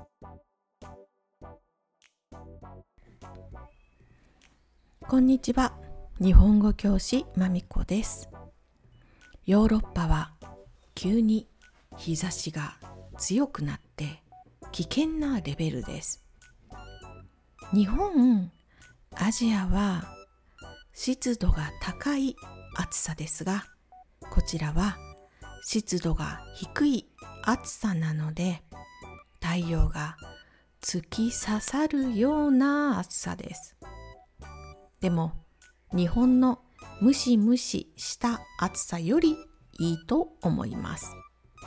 こんにちは。日本語教師まみこです。ヨーロッパは急に日差しが強くなって危険なレベルです。日本、アジアは湿度が高い暑さですが、こちらは湿度が低い暑さなので、太陽が突き刺さるような暑さです。でも日本のムシムシした暑さよりいいと思います。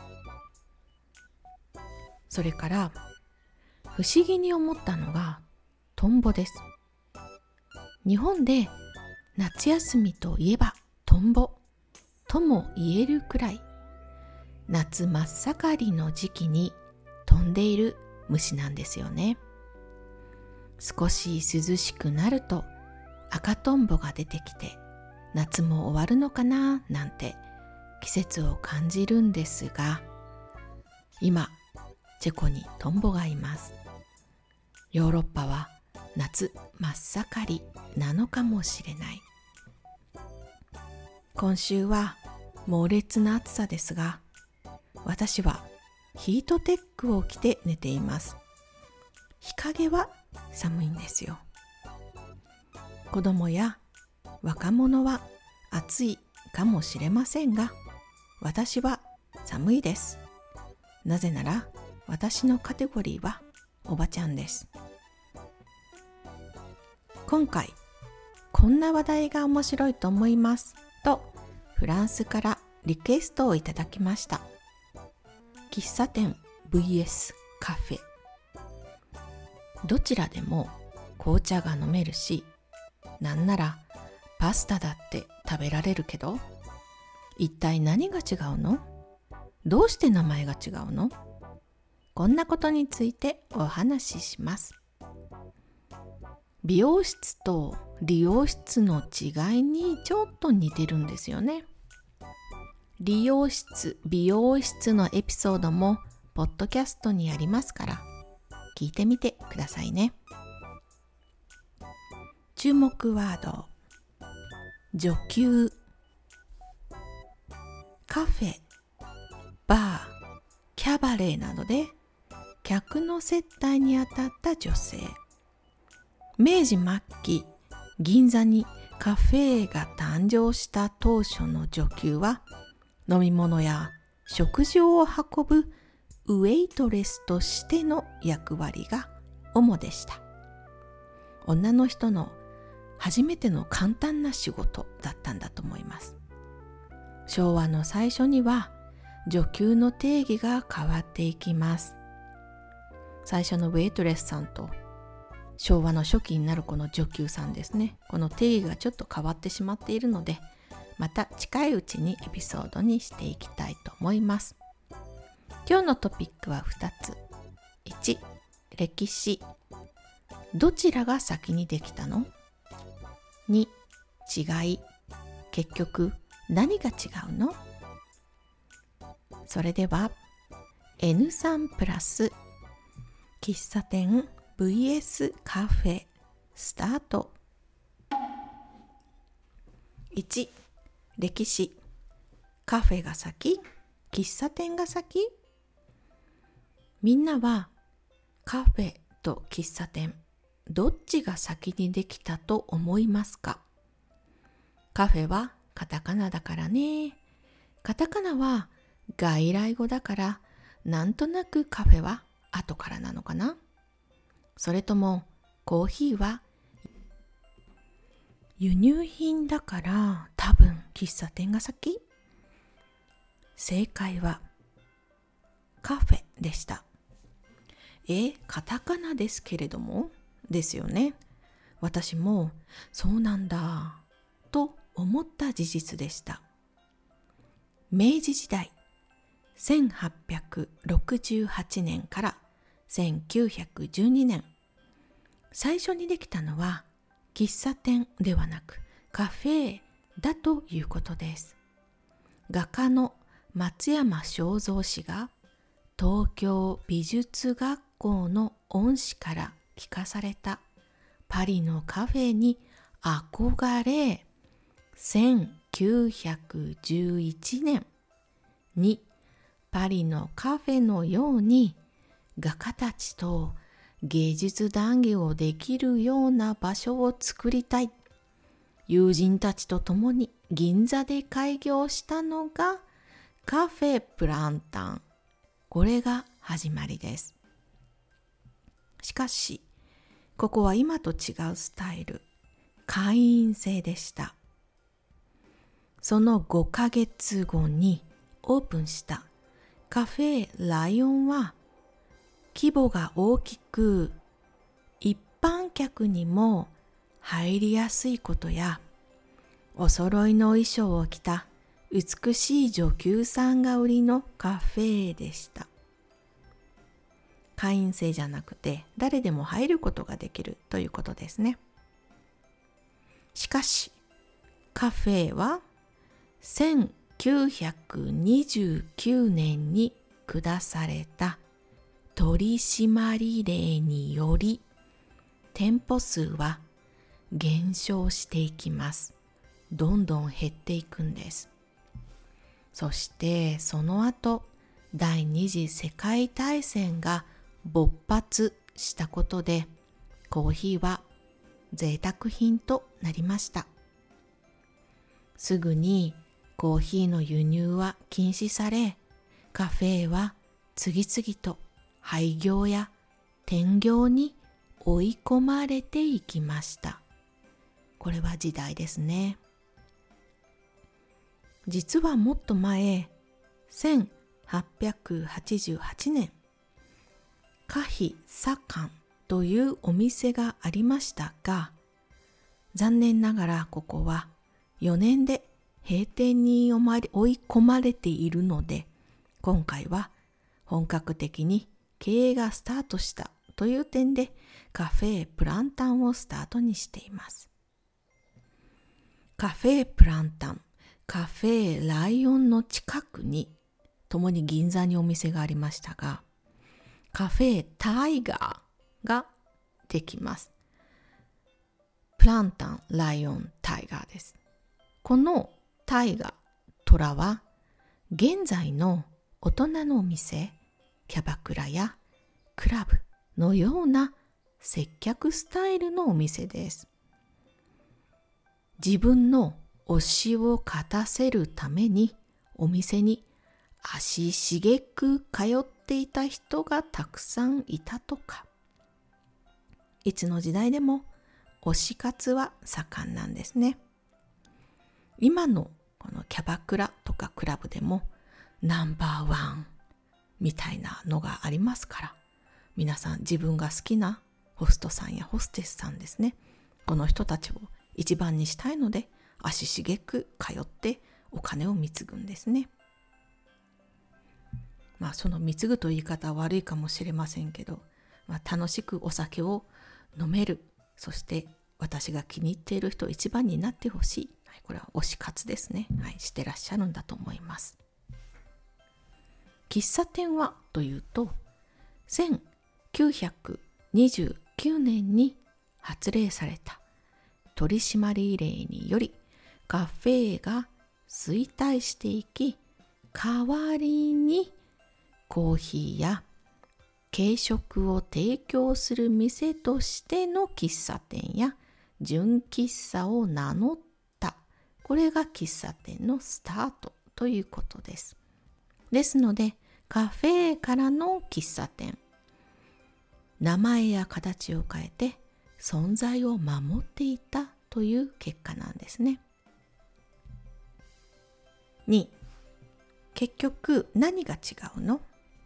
それから不思議に思ったのがトンボです。日本で夏休みといえばトンボとも言えるくらい、夏真っ盛りの時期に飛んでいる虫なんですよね。少し涼しくなると赤トンボが出てきて、夏も終わるのかななんて季節を感じるんですが、今チェコにトンボがいます。ヨーロッパは夏真っ盛りなのかもしれない。今週は猛烈な暑さですが、私はヒートテックを着て寝ています。日陰は寒いんですよ。子供や若者は暑いかもしれませんが、私は寒いです。なぜなら私のカテゴリーはおばちゃんです。今回こんな話題が面白いと思いますと、フランスからリクエストをいただきました。喫茶店 vs カフェ、どちらでも紅茶が飲めるし、なんならパスタだって食べられるけど、一体何が違うの？どうして名前が違うの？こんなことについてお話しします。美容室と理容室の違いにちょっと似てるんですよね。理容室、美容室のエピソードもポッドキャストにありますから、聞いてみてくださいね。注目ワード、女給、カフェ、バー、キャバレーなどで客の接待にあたった女性。明治末期、銀座にカフェが誕生した当初の女給は、飲み物や食事を運ぶウェイトレスとしての役割が主でした。女の人の初めての簡単な仕事だったんだと思います。昭和の最初には女給の定義が変わっていきます。最初のウェイトレスさんと昭和の初期になるこの女給さんですね。この定義がちょっと変わってしまっているので、また近いうちにエピソードにしていきたいと思います。今日のトピックは2つ。1、歴史。どちらが先にできたの？2、違い。結局何が違うの？それでは N3 プラス喫茶店 vs カフェスタート。1、歴史。カフェが先？喫茶店が先？みんなはカフェと喫茶店、どっちが先にできたと思いますか？カフェはカタカナだからね。カタカナは外来語だから、なんとなくカフェは後からなのかな？それともコーヒーは輸入品だから多分喫茶店が先？正解はカフェでした。カタカナですけれどもですよね。私もそうなんだと思った事実でした。明治時代、1868年から1912年、最初にできたのは喫茶店ではなくカフェだということです。画家の松山正蔵氏が東京美術学校の恩師から聞かされたパリのカフェに憧れ、1911年にパリのカフェのように画家たちと芸術談義をできるような場所を作りたい。友人たちと共に銀座で開業したのがカフェプランタン。これが始まりです。しかし、ここは今と違うスタイル、会員制でした。その5ヶ月後にオープンしたカフェライオンは規模が大きく、一般客にも入りやすいことや、お揃いの衣装を着た美しい女給さんが売りのカフェでした。会員制じゃなくて誰でも入ることができるということですね。しかし、カフェは1929年に下された取締令により店舗数は減少していきます。どんどん減っていくんです。そしてその後、第二次世界大戦が勃発したことで、コーヒーは贅沢品となりました。すぐにコーヒーの輸入は禁止され、カフェは次々と廃業や転業に追い込まれていきました。これは時代ですね。実はもっと前、1888年、カヒサカンというお店がありましたが、残念ながらここは4年で閉店に追い込まれているので、今回は本格的に経営がスタートしたという点でカフェプランタンをスタートにしています。カフェプランタン、カフェライオンの近くに共に銀座にお店がありましたが、カフェタイガーができます。プランタン、ライオン、タイガーです。このタイガー、トラは現在の大人のお店、キャバクラやクラブのような接客スタイルのお店です。自分の推しを勝たせるためにお店に足しげく通っていた人がたくさんいたとか、いつの時代でも推し活は盛んなんですね。今のこのキャバクラとかクラブでもナンバーワンみたいなのがありますから、皆さん自分が好きなホストさんやホステスさんですね、この人たちを一番にしたいので足しげく通ってお金を貢ぐんですね。その貢ぐという言い方は悪いかもしれませんけど、楽しくお酒を飲める、そして私が気に入っている人一番になってほしい、これは推し活ですね、してらっしゃるんだと思います。喫茶店はというと、1929年に発令された取締令によりカフェが衰退していき、代わりにコーヒーや軽食を提供する店としての喫茶店や純喫茶を名乗った。これが喫茶店のスタートということです。ですので、カフェからの喫茶店、名前や形を変えて存在を守っていたという結果なんですね。2、結局何が違うの？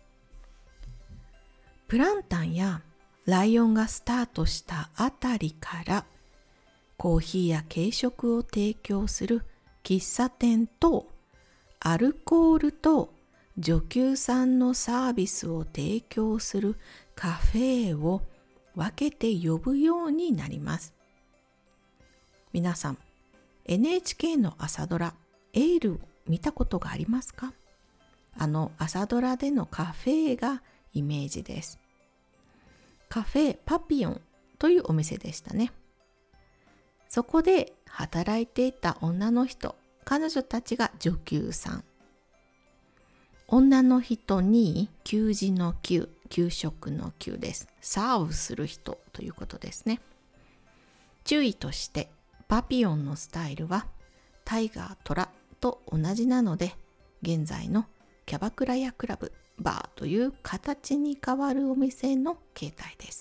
プランタンやライオンがスタートしたあたりから、コーヒーや軽食を提供する喫茶店とアルコールと女給さんのサービスを提供するカフェを分けて呼ぶようになります。皆さん、NHK の朝ドラエールを見たことがありますか？朝ドラでのカフェがイメージです。 カフェパピヨンというお店でしたね。そこで働いていた女の人、彼女たちが女給さん。女の人に給仕の給、給食の給です。サーブする人ということですね。注意としてパピヨンのスタイルはタイガー、トラと同じなので、現在のキャバクラやクラブ、バーという形に変わるお店の形態です。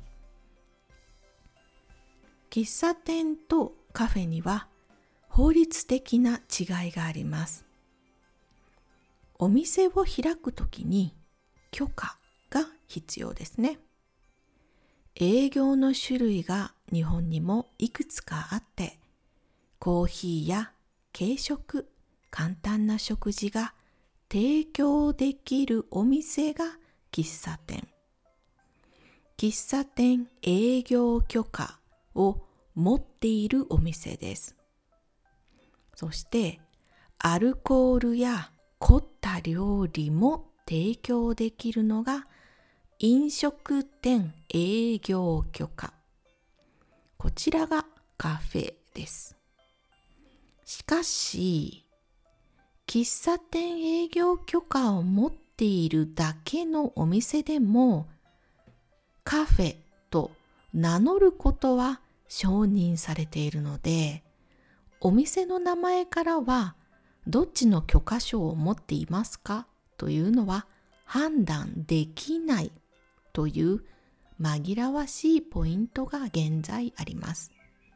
喫茶店とカフェには法律的な違いがあります。お店を開くときに許可が必要ですね。営業の種類が日本にもいくつかあって、コーヒーや軽食、簡単な食事が提供できるお店が喫茶店。喫茶店営業許可を持っているお店です。そしてアルコールや凝った料理も提供できるのが飲食店営業許可。こちらがカフェです。しかし、喫茶店営業許可を持っているだけのお店でもカフェと名乗ることは承認されているので、お店の名前からはどっちの許可証を持っていますかというのは判断できないという紛らわしいポイントが現在あります。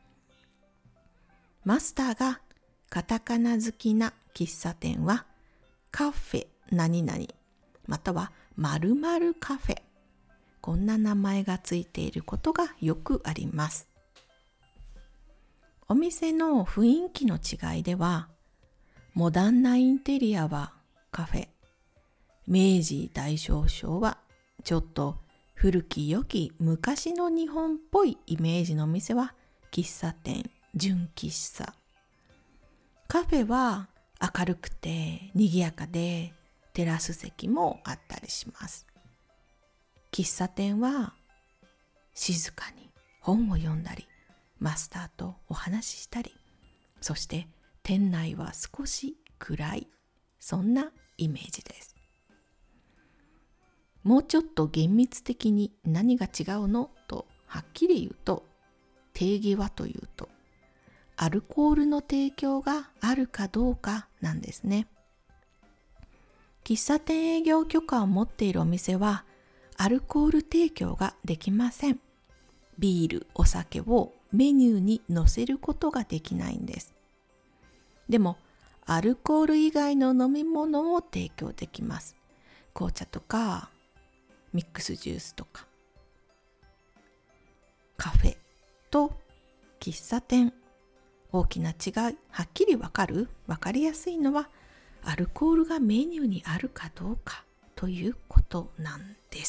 マスターがカタカナ好きな喫茶店はカフェ何々または〇〇カフェ、こんな名前がついていることがよくあります。お店の雰囲気の違いでは、モダンなインテリアはカフェ、明治大正昭和ちょっと古き良き昔の日本っぽいイメージのお店は喫茶店、純喫茶。カフェは明るくて賑やかでテラス席もあったりします。喫茶店は静かに本を読んだり、マスターとお話ししたり、そして店内は少し暗い、そんなイメージです。もうちょっと厳密的に何が違うのとはっきり言うと、定義はというと、アルコールの提供があるかどうかなんですね。喫茶店営業許可を持っているお店はアルコール提供ができません。ビール、お酒をメニューに載せることができないんです。でもアルコール以外の飲み物を提供できます。紅茶とかミックスジュースとか。カフェと喫茶店、大きな違い、はっきりわかりやすいのはアルコールがメニューにあるかどうかということなんです。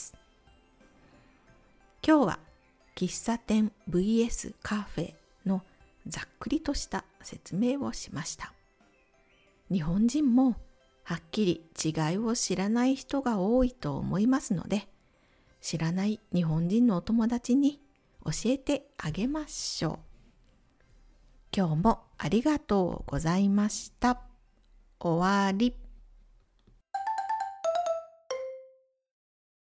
今日は喫茶店 vs カフェのざっくりとした説明をしました。日本人もはっきり違いを知らない人が多いと思いますので、知らない日本人のお友達に教えてあげましょう。今日もありがとうございました。終わり。